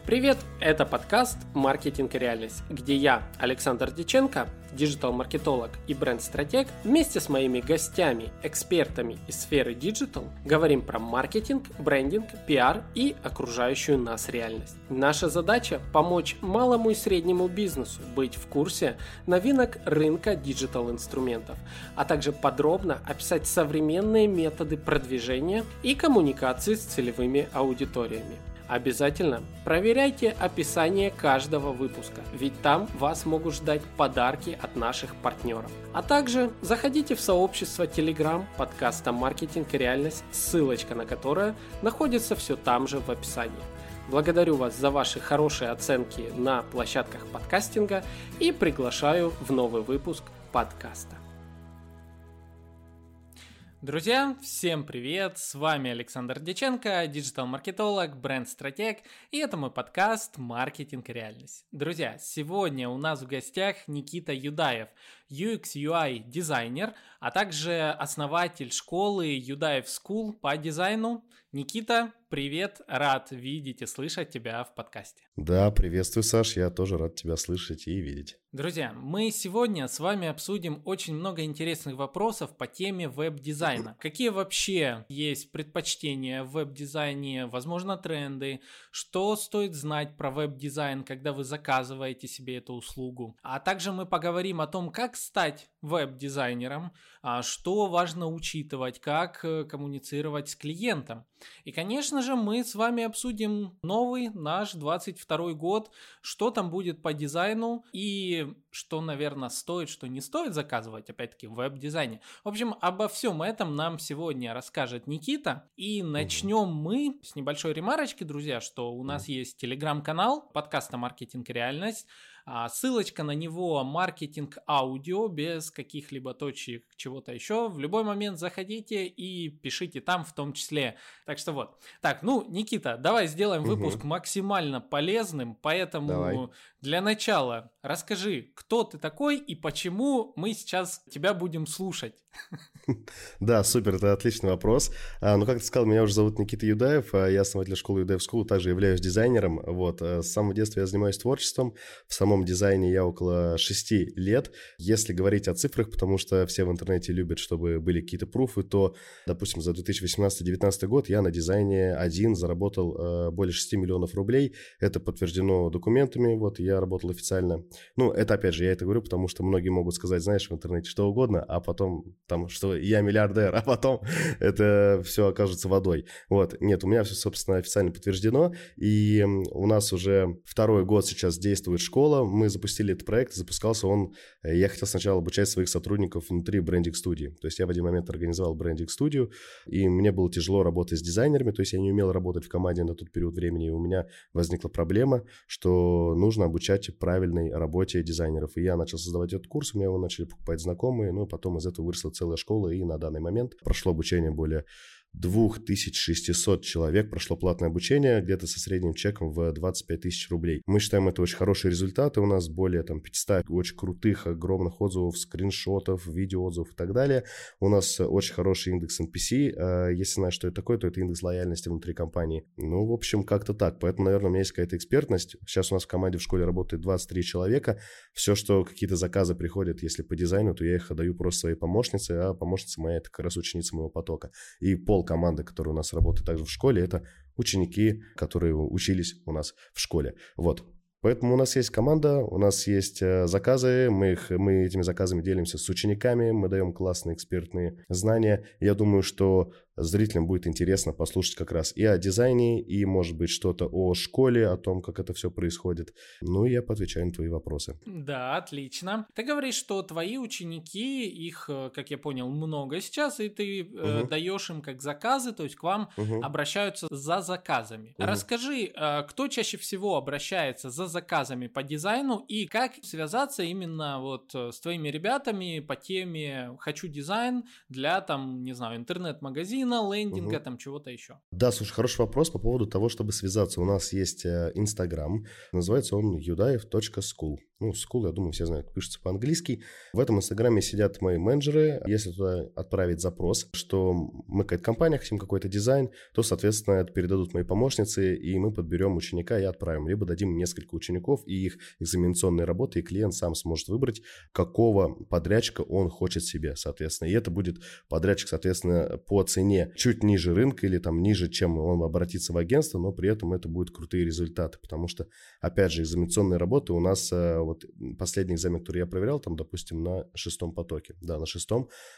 Привет! Это подкаст «Маркетинг и реальность», где я, Александр Дьяченко, диджитал-маркетолог и бренд-стратег, вместе с моими гостями, экспертами из сферы диджитал, говорим про маркетинг, брендинг, пиар и окружающую нас реальность. Наша задача – помочь малому и среднему бизнесу быть в курсе новинок рынка диджитал-инструментов, а также подробно описать современные методы продвижения и коммуникации с целевыми аудиториями. Обязательно проверяйте описание каждого выпуска, ведь там вас могут ждать подарки от наших партнеров. А также заходите в сообщество Telegram подкаста «Маркетинг и реальность», ссылочка на которое находится все там же в описании. Благодарю вас за ваши хорошие оценки на площадках подкастинга и приглашаю в новый выпуск подкаста. Друзья, всем привет! С вами Александр Дьяченко, диджитал-маркетолог, бренд-стратег, и это мой подкаст «Маркетинг и реальность». Друзья, сегодня у нас в гостях Никита Юдаев, UX/UI дизайнер, а также основатель школы Юдаев School по дизайну. Никита, привет, рад видеть и слышать тебя в подкасте. Да, приветствую, Саш, я тоже рад тебя слышать и видеть. Друзья, мы сегодня с вами обсудим очень много интересных вопросов по теме веб-дизайна. Какие вообще есть предпочтения в веб-дизайне, возможно, тренды, что стоит знать про веб-дизайн, когда вы заказываете себе эту услугу. А также мы поговорим о том, как стать веб-дизайнером, что важно учитывать, как коммуницировать с клиентом. И, конечно же, мы с вами обсудим новый наш 22 год, что там будет по дизайну и что, наверное, стоит, что не стоит заказывать, опять-таки, в веб-дизайне. В общем, обо всем этом нам сегодня расскажет Никита. И начнем мы с небольшой ремарочки, друзья, что у нас есть телеграм-канал подкаста «Маркетинг и реальность». Ссылочка на него маркетинг аудио, без каких-либо точек, чего-то еще. В любой момент заходите и пишите там в том числе. Так что вот. Так, Никита, давай сделаем выпуск максимально полезным, поэтому для начала расскажи, кто ты такой и почему мы сейчас тебя будем слушать. Да, супер, это отличный вопрос. Как ты сказал, меня уже зовут Никита Юдаев, я основатель школы Юдаев School, также являюсь дизайнером. С самого детства я занимаюсь творчеством, в самом дизайне я около 6 лет. Если говорить о цифрах, потому что все в интернете любят, чтобы были какие-то пруфы, то, допустим, за 2018-2019 год я на дизайне один заработал более 6 миллионов рублей. Это подтверждено документами, я работал официально. Это опять же, я это говорю, потому что многие могут сказать, знаешь, в интернете что угодно, а потом что я миллиардер, а потом это все окажется водой. Нет, у меня все, собственно, официально подтверждено, и у нас уже второй год сейчас действует школа. Мы запустили этот проект, запускался он, я хотел сначала обучать своих сотрудников внутри брендинг-студии. То есть я в один момент организовал брендинг-студию, и мне было тяжело работать с дизайнерами, то есть я не умел работать в команде на тот период времени, и у меня возникла проблема, что нужно обучать правильной работе дизайнеров. И я начал создавать этот курс, у меня его начали покупать знакомые, потом из этого выросла целая школа, и на данный момент прошло обучение более 2600 человек прошло платное обучение, где-то со средним чеком в 25 тысяч рублей. Мы считаем это очень хорошие результаты. У нас более 500 очень крутых, огромных отзывов, скриншотов, видеоотзывов и так далее. У нас очень хороший индекс NPC. Если знаешь, что это такое, то это индекс лояльности внутри компании. В общем, как-то так. Поэтому, наверное, у меня есть какая-то экспертность. Сейчас у нас в команде в школе работает 23 человека. Все, что какие-то заказы приходят, если по дизайну, то я их отдаю просто своей помощнице, а помощница моя – это как раз ученица моего потока. И команды, которые у нас работают также в школе, это ученики, которые учились у нас в школе. Поэтому у нас есть команда, у нас есть заказы, мы этими заказами делимся с учениками, мы даем классные экспертные знания. Я думаю, что зрителям будет интересно послушать как раз и о дизайне, и, может быть, что-то о школе, о том, как это все происходит. Я поотвечаю на твои вопросы. Да, отлично. Ты говоришь, что твои ученики, их, как я понял, много сейчас, и ты даешь им как заказы, то есть к вам обращаются за заказами. Расскажи, кто чаще всего обращается за заказами по дизайну и как связаться именно с твоими ребятами по теме «хочу дизайн» для, интернет-магазина, лендинга, чего-то еще. Да, слушай, хороший вопрос по поводу того, чтобы связаться. У нас есть Инстаграм, называется он yudaev.school. Ну, school, я думаю, все знают, как пишется по-английски. В этом инстаграме сидят мои менеджеры. Если туда отправить запрос, что мы какая-то компания, хотим какой-то дизайн, то, соответственно, это передадут мои помощницы, и мы подберем ученика и отправим. Либо дадим несколько учеников и их экзаменационные работы, и клиент сам сможет выбрать, какого подрядчика он хочет себе, соответственно. И это будет подрядчик, соответственно, по цене чуть ниже рынка или там ниже, чем он обратится в агентство, но при этом это будут крутые результаты, потому что, опять же, экзаменационные работы у нас, вот последний экзамен, который я проверял, там, допустим, на 6 потоке, да, на 6,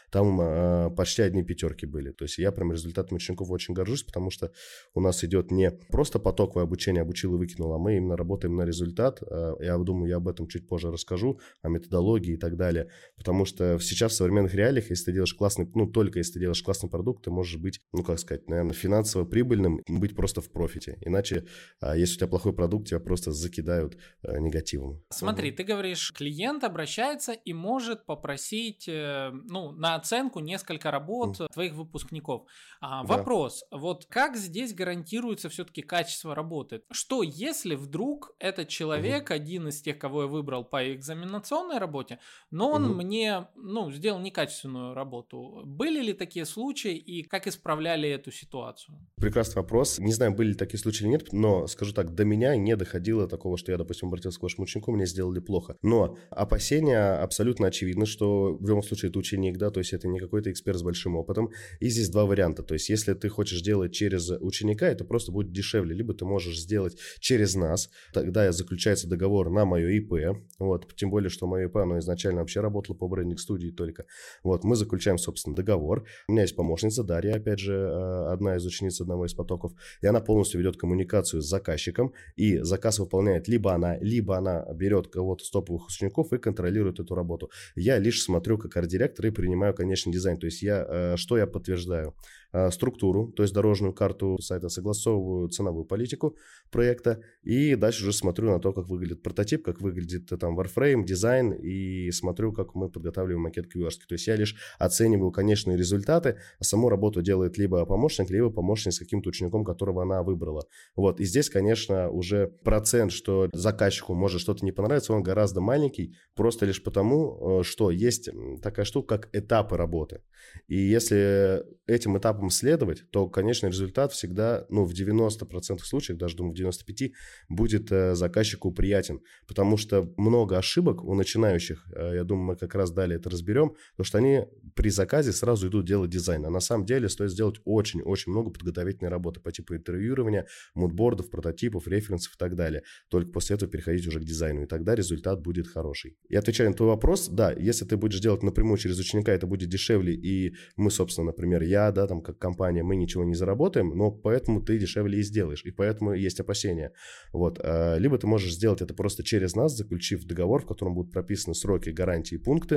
там почти одни пятерки были, то есть я прям результатами учеников очень горжусь, потому что у нас идет не просто потоковое обучение, обучил и выкинул, а мы именно работаем на результат. Я думаю, я об этом чуть позже расскажу, о методологии и так далее, потому что сейчас в современных реалиях, если ты делаешь классный, ну, только если ты делаешь классный продукт, ты можешь быть, ну, как сказать, наверное, финансово прибыльным, быть просто в профите, иначе, если у тебя плохой продукт, тебя просто закидают негативом. Смотри, ты говоришь, клиент обращается и может попросить, ну, на оценку несколько работ твоих выпускников. Вопрос, вот как здесь гарантируется все-таки качество работы? Что, если вдруг этот человек, один из тех, кого я выбрал по экзаменационной работе, но он мне, ну, сделал некачественную работу? Были ли такие случаи и как исправляли эту ситуацию? Прекрасный вопрос. Не знаю, были ли такие случаи или нет, но, скажу так, до меня не доходило такого, что я, допустим, обратился к вашему ученику, мне сделали плохо. Но опасения абсолютно очевидны, что в любом случае это ученик, да, то есть это не какой-то эксперт с большим опытом. И здесь два варианта. То есть если ты хочешь делать через ученика, это просто будет дешевле. Либо ты можешь сделать через нас, тогда заключается договор на мое ИП. Вот, тем более, что мое ИП, оно изначально вообще работало по брендинг-студии только. Вот, мы заключаем, собственно, договор. У меня есть помощница Дарья, опять же, одна из учениц одного из потоков, и она полностью ведет коммуникацию с заказчиком, и заказ выполняет либо она берет кого-то с топовых учеников и контролирует эту работу. Я лишь смотрю как арт-директор и принимаю, конечно, дизайн. То есть что я подтверждаю? Структуру, то есть дорожную карту сайта, согласовываю ценовую политику проекта и дальше уже смотрю на то, как выглядит прототип, как выглядит там Warframe, дизайн и смотрю, как мы подготавливаем макет к верстке. То есть я лишь оцениваю конечные результаты, а саму работу делает либо помощник, либо помощник с каким-то учеником, которого она выбрала. Вот, и здесь, конечно, уже процент, что заказчику может что-то не понравиться, он гораздо маленький, просто лишь потому, что есть такая штука, как этапы работы. И если этим этапам следовать, то, конечно, результат всегда, ну, в 90% случаев, даже, думаю, в 95% будет заказчику приятен, потому что много ошибок у начинающих, я думаю, мы как раз далее это разберем, потому что они при заказе сразу идут делать дизайн, а на самом деле стоит сделать очень-очень много подготовительной работы по типу интервьюирования, мудбордов, прототипов, референсов и так далее. Только после этого переходить уже к дизайну, и тогда результат будет хороший. И отвечая на твой вопрос, да, если ты будешь делать напрямую через ученика, это будет дешевле, и мы, собственно, например, я, да, там, как компания, мы ничего не заработаем, но поэтому ты дешевле и сделаешь, и поэтому есть опасения. Вот. Либо ты можешь сделать это просто через нас, заключив договор, в котором будут прописаны сроки, гарантии, пункты,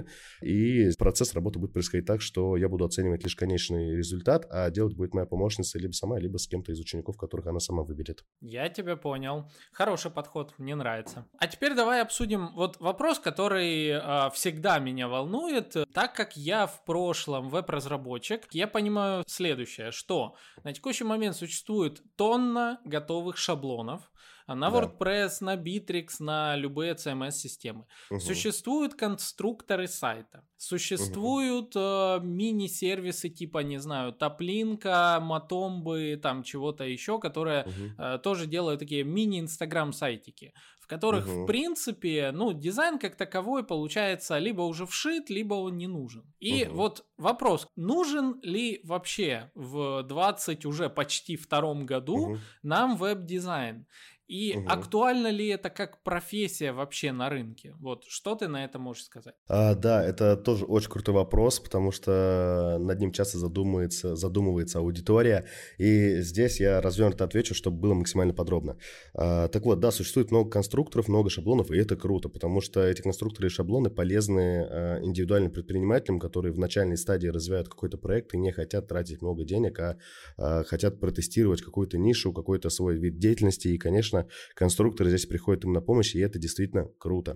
и процесс работы будет происходить так, что я буду оценивать лишь конечный результат, а делать будет моя помощница либо сама, либо с кем-то из учеников, которых она сама выберет. Я тебя понял. Хороший подход, мне нравится. А теперь давай обсудим вот вопрос, который всегда меня волнует. Так как я в прошлом веб-разработчик, я понимаю следующее, что на текущий момент существует тонна готовых шаблонов на WordPress, на Bittrex, на любые CMS-системы. Существуют конструкторы сайта, существуют мини-сервисы типа, не знаю, Топлинка, Матомбы, там чего-то еще, которые тоже делают такие мини-инстаграм-сайтики, в которых, в принципе, ну, дизайн как таковой получается либо уже вшит, либо он не нужен. И вот вопрос, нужен ли вообще в 20 уже почти втором году нам веб-дизайн? И актуально ли это как профессия вообще на рынке? Вот что ты на это можешь сказать? Да, это тоже очень крутой вопрос, потому что над ним часто задумывается аудитория. И здесь я развернуто отвечу, чтобы было максимально подробно. Так вот, да, существует много конструкторов, много шаблонов, и это круто, потому что эти конструкторы и шаблоны полезны индивидуальным предпринимателям, которые в начальной стадии развивают какой-то проект и не хотят тратить много денег, а хотят протестировать какую-то нишу, какой-то свой вид деятельности. И, конечно, конструкторы здесь приходят им на помощь, и это действительно круто.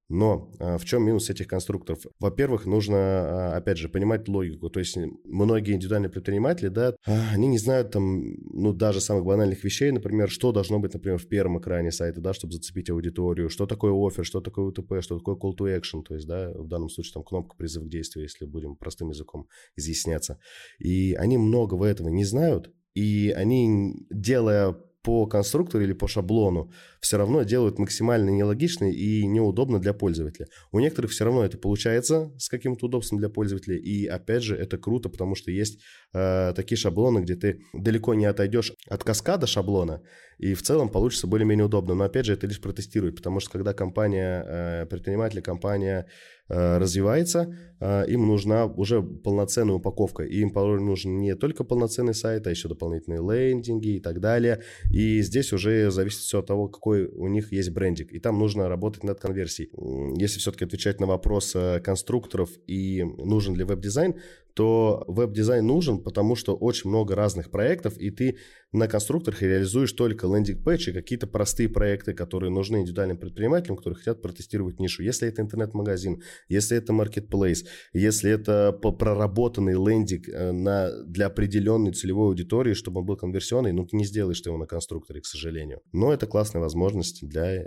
Но в чем минус этих конструкторов? Во-первых, нужно, опять же, понимать логику. То есть многие индивидуальные предприниматели, да, они не знают там, ну, даже самых банальных вещей, например, что должно быть, например, в первом экране сайта, да, чтобы зацепить аудиторию, что такое оффер, что такое УТП, что такое call to action, то есть, да, в данном случае там кнопка призыв к действию, если будем простым языком изъясняться. И они многого этого не знают, и они, делая по конструктору или по шаблону, все равно делают максимально нелогично и неудобно для пользователя. У некоторых все равно это получается с каким-то удобством для пользователя, и опять же это круто, потому что есть такие шаблоны, где ты далеко не отойдешь от каскада шаблона, и в целом получится более-менее удобно. Но опять же это лишь протестирует, потому что когда компания, предприниматель, компания развивается, им нужна уже полноценная упаковка. И им порой нужен не только полноценный сайт, а еще дополнительные лендинги и так далее. И здесь уже зависит все от того, какой у них есть брендинг. И там нужно работать над конверсией. Если все-таки отвечать на вопрос конструкторов и нужен ли веб-дизайн, то веб-дизайн нужен, потому что очень много разных проектов, и ты на конструкторах реализуешь только лендинг-пэдж и какие-то простые проекты, которые нужны индивидуальным предпринимателям, которые хотят протестировать нишу. Если это интернет-магазин, если это marketplace, если это проработанный лендинг для определенной целевой аудитории, чтобы он был конверсионный, ну, ты не сделаешь его на конструкторе, к сожалению. Но это классная возможность для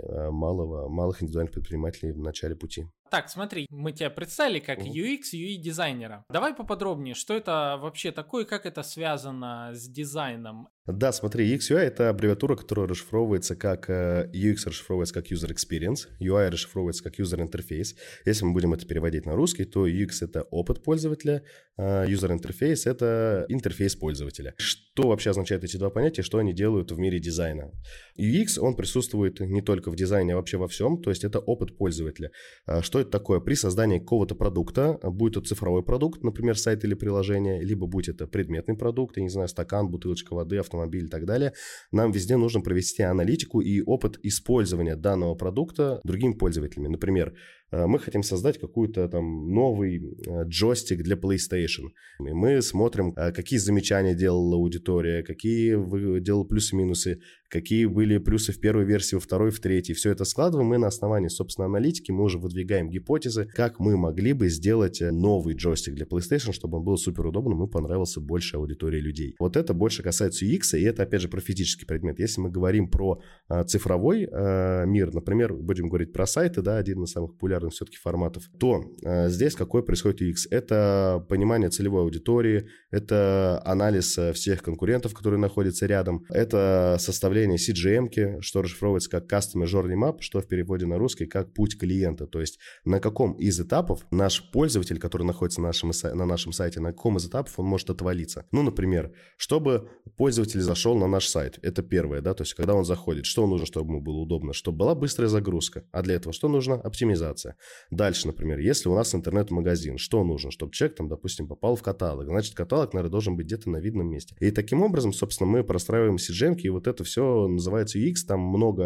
малых индивидуальных предпринимателей в начале пути. Так, смотри, мы тебя представили как UX, UI-дизайнера. Давай поподробнее, что это вообще такое, как это связано с дизайном? Да, смотри, UX-UI — это аббревиатура, которая расшифровывается как UX расшифровывается как User Experience, UI расшифровывается как User Interface. Если мы будем это переводить на русский, то UX — это опыт пользователя, User Interface — это интерфейс пользователя. Что вообще означают эти два понятия, что они делают в мире дизайна? UX, он присутствует не только в дизайне, а вообще во всем, то есть это опыт пользователя. Что это такое? При создании какого-то продукта, будь это цифровой продукт, например, сайт или приложение, либо будь это предметный продукт, я не знаю, стакан, бутылочка воды, автомобиль и так далее, нам везде нужно провести аналитику и опыт использования данного продукта другими пользователями. Например, мы хотим создать какой-то там новый джойстик для PlayStation. И мы смотрим, какие замечания делала аудитория, какие делала плюсы-минусы, какие были плюсы в первой версии, во второй, в третьей. Все это складываем, и на основании, собственно, аналитики мы уже выдвигаем гипотезы, как мы могли бы сделать новый джойстик для PlayStation, чтобы он был суперудобным и понравился больше аудитории людей. Вот это больше касается UX, и это, опять же, про физический предмет. Если мы говорим про цифровой мир, например, будем говорить про сайты, да, один из самых популярных все-таки форматов, то здесь какой происходит UX? Это понимание целевой аудитории, это анализ всех конкурентов, которые находятся рядом, это составление CGM-ки, что расшифровывается как Customer Journey Map, что в переводе на русский как путь клиента, то есть на каком из этапов наш пользователь, который находится на нашем сайте, на каком из этапов он может отвалиться. Ну, например, чтобы пользователь зашел на наш сайт, это первое, да, то есть когда он заходит, что нужно, чтобы ему было удобно, чтобы была быстрая загрузка, а для этого что нужно? Оптимизация. Дальше, например, если у нас интернет-магазин, что нужно, чтобы человек там, допустим, попал в каталог, значит, каталог, наверное, должен быть где-то на видном месте. И таким образом, собственно, мы простраиваем CGM-ки, и вот это все называется UX, там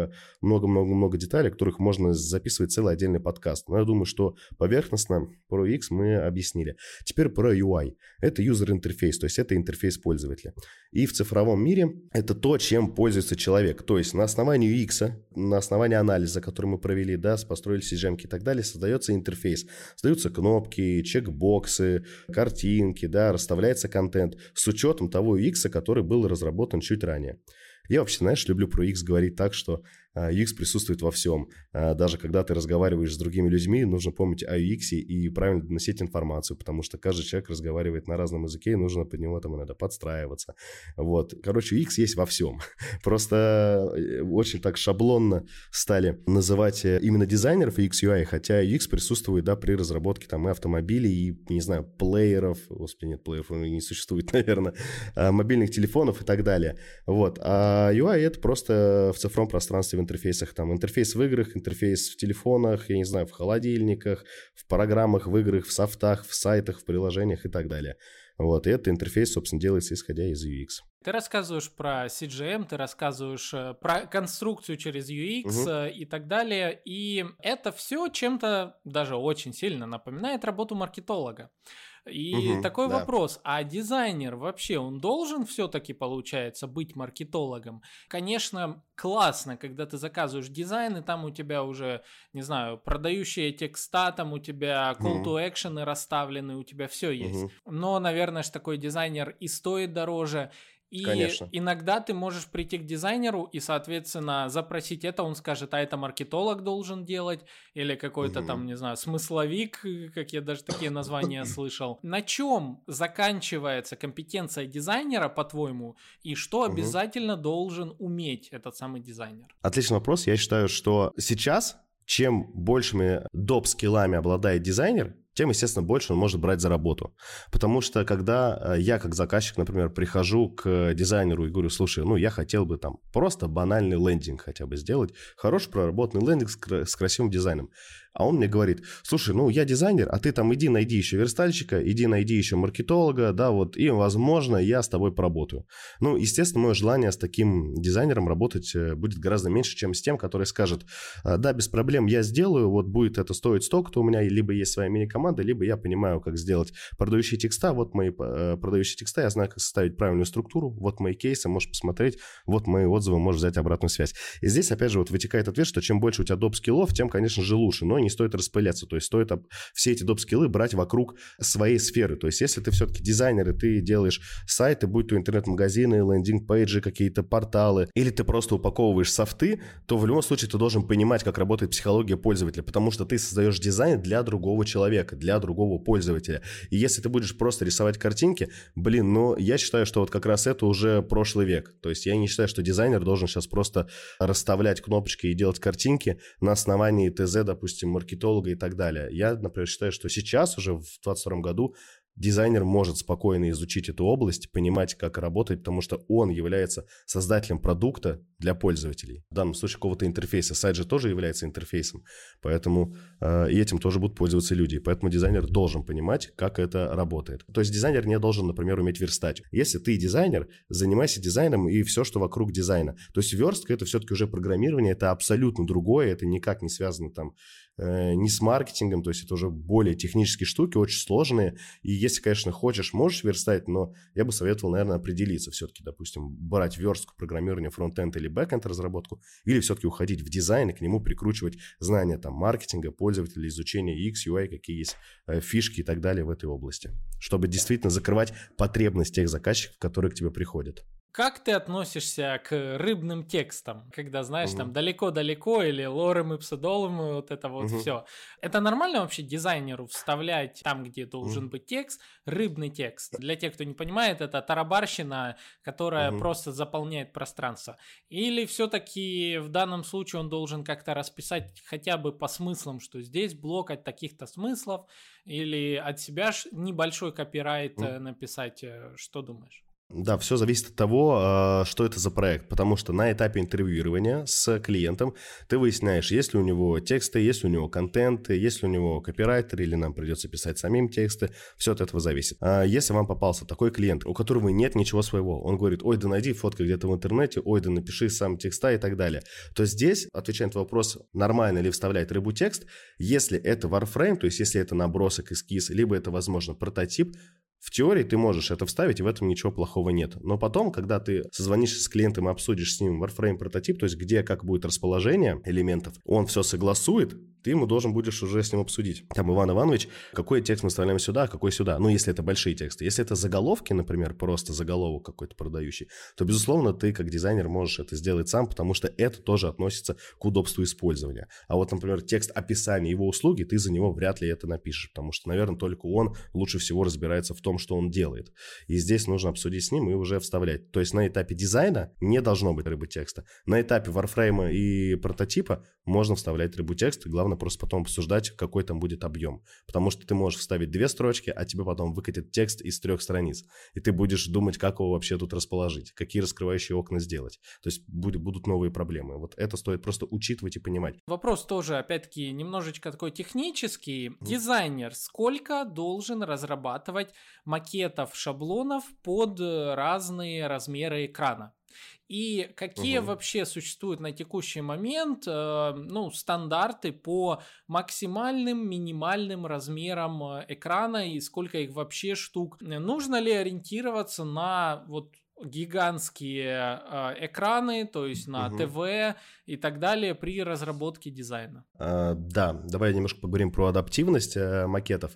много деталей, которых можно записывать целый отдельный подкаст. Но я думаю, что поверхностно про UX мы объяснили. Теперь про UI. Это user interface, то есть это интерфейс пользователя. И в цифровом мире это то, чем пользуется человек. То есть на основании UX, на основании анализа, который мы провели, да, построили CGM-ки и так далее, создается интерфейс. Создаются кнопки, чекбоксы, картинки, да, расставляется контент с учетом того UX, который был разработан чуть ранее. Я вообще, знаешь, люблю про UX говорить так, что UX присутствует во всем. Даже когда ты разговариваешь с другими людьми, нужно помнить о UX и правильно доносить информацию, потому что каждый человек разговаривает на разном языке, и нужно под него там иногда подстраиваться. Вот. Короче, UX есть во всем. Просто очень так шаблонно стали называть именно дизайнеров UX, UI, хотя UX присутствует, да, при разработке там и автомобилей, и, не знаю, плееров, господи, нет, плееров не существует, наверное, мобильных телефонов и так далее. Вот. А UI — это просто в цифровом пространстве, в интерфейсах, там интерфейс в играх, интерфейс в телефонах, я не знаю, в холодильниках, в программах, в играх, в софтах, в сайтах, в приложениях и так далее. Вот, и этот интерфейс, собственно, делается исходя из UX. Ты рассказываешь про CGM, ты рассказываешь про конструкцию через UX и так далее, и это все чем-то даже очень сильно напоминает работу маркетолога. И такой да. вопрос, а дизайнер вообще, он должен все-таки, получается, быть маркетологом? Конечно, классно, когда ты заказываешь дизайн, и там у тебя уже, не знаю, продающие текста, там у тебя call to action расставлены, у тебя все есть. Но, наверное, же такой дизайнер и стоит дороже. И Конечно. иногда ты можешь прийти к дизайнеру и, соответственно, запросить это, он скажет, а это маркетолог должен делать, или какой-то там, не знаю, смысловик, как я даже такие названия слышал. На чем заканчивается компетенция дизайнера, по-твоему, и что обязательно должен уметь этот самый дизайнер? Отличный вопрос. Я считаю, что сейчас, чем большими доп-скиллами обладает дизайнер, тем, естественно, больше он может брать за работу. Потому что, когда я, как заказчик, например, прихожу к дизайнеру и говорю, слушай, я хотел бы там просто банальный лендинг хотя бы сделать, хороший проработанный лендинг с красивым дизайном. А он мне говорит, слушай, я дизайнер, а ты там иди найди еще верстальщика, иди найди еще маркетолога, да, вот, и, возможно, я с тобой поработаю. Естественно, мое желание с таким дизайнером работать будет гораздо меньше, чем с тем, который скажет, да, без проблем, я сделаю, вот будет это стоить столько-то, у меня либо есть своя мини-команда, либо я понимаю, как сделать продающие текста, вот мои продающие текста, я знаю, как составить правильную структуру, вот мои кейсы, можешь посмотреть, вот мои отзывы, можешь взять обратную связь. И здесь, опять же, вот вытекает ответ, что чем больше у тебя доп-скиллов, тем, конечно же, лучше, но не стоит распыляться, то есть стоит все эти доп-скиллы брать вокруг своей сферы, то есть если ты все-таки дизайнер, и ты делаешь сайты, будь то интернет-магазины, лендинг-пейджи, какие-то порталы, или ты просто упаковываешь софты, то в любом случае ты должен понимать, как работает психология пользователя, потому что ты создаешь дизайн для другого человека, для другого пользователя. И если ты будешь просто рисовать картинки, я считаю, что вот как раз это уже прошлый век. То есть я не считаю, что дизайнер должен сейчас просто расставлять кнопочки и делать картинки на основании ТЗ, допустим, маркетолога и так далее. Я, например, считаю, что сейчас уже в 2022 году дизайнер может спокойно изучить эту область, понимать, как работать, потому что он является создателем продукта для пользователей. В данном случае какого-то интерфейса. Сайт же тоже является интерфейсом, поэтому и этим тоже будут пользоваться люди. Поэтому дизайнер должен понимать, как это работает. То есть дизайнер не должен, например, уметь верстать. Если ты дизайнер, занимайся дизайном и все, что вокруг дизайна. То есть верстка — это все-таки уже программирование, это абсолютно другое, это никак не связано там не с маркетингом, то есть это уже более технические штуки, очень сложные. И если, конечно, хочешь, можешь верстать, но я бы советовал, наверное, определиться все-таки, допустим, брать верстку программирования фронт-энд или бэк-энд разработку, или все-таки уходить в дизайн и к нему прикручивать знания там маркетинга, пользователя, изучения UX, UI, какие есть фишки и так далее в этой области, чтобы действительно закрывать потребность тех заказчиков, которые к тебе приходят. Как ты относишься к рыбным текстам, когда, знаешь, там далеко-далеко или лорем ипсодолем, вот это вот все. Это нормально вообще дизайнеру вставлять там, где должен быть текст, рыбный текст? Для тех, кто не понимает, это тарабарщина, которая просто заполняет пространство. Или все-таки в данном случае он должен как-то расписать хотя бы по смыслам, что здесь блок от таких-то смыслов, или от себя небольшой копирайт написать? Что думаешь? Да, все зависит от того, что это за проект, потому что на этапе интервьюирования с клиентом ты выясняешь, есть ли у него тексты, есть ли у него контенты, есть ли у него копирайтер, или нам придется писать самим тексты, все от этого зависит. Если вам попался такой клиент, у которого нет ничего своего, он говорит, ой, да найди фотку где-то в интернете, ой, да напиши сам текста и так далее, то здесь, отвечая на вопрос, нормально ли вставлять рыбу текст, если это Warframe, то есть если это набросок, эскиз, либо это, возможно, прототип, в теории ты можешь это вставить, и в этом ничего плохого нет. Но потом, когда ты созвонишься с клиентом и обсудишь с ним Warframe прототип, то есть где как будет расположение элементов, он все согласует, ты ему должен будешь уже с ним обсудить. Там, Иван Иванович, какой текст мы вставляем сюда, а какой сюда. Если это большие тексты. Если это заголовки, например, просто заголовок какой-то продающий, то, безусловно, ты как дизайнер можешь это сделать сам, потому что это тоже относится к удобству использования. А вот, например, текст описания его услуги, ты за него вряд ли это напишешь, потому что, наверное, только он лучше всего разбирается в том, что он делает. И здесь нужно обсудить с ним и уже вставлять. То есть на этапе дизайна не должно быть рыбы текста. На этапе варфрейма и прототипа можно вставлять рыбу текста, главное просто потом обсуждать, какой там будет объем. Потому что ты можешь вставить 2 строчки, а тебе потом выкатит текст из 3 страниц. И ты будешь думать, как его вообще тут расположить, какие раскрывающие окна сделать. То есть будут новые проблемы. Вот это стоит просто учитывать и понимать. Вопрос тоже, опять-таки, немножечко такой технический. Дизайнер сколько должен разрабатывать макетов, шаблонов под разные размеры экрана? И какие вообще существуют на текущий момент стандарты по максимальным, минимальным размерам экрана и сколько их вообще штук? Нужно ли ориентироваться на вот гигантские экраны, то есть на ТВ и так далее при разработке дизайна? Да, давай немножко поговорим про адаптивность макетов.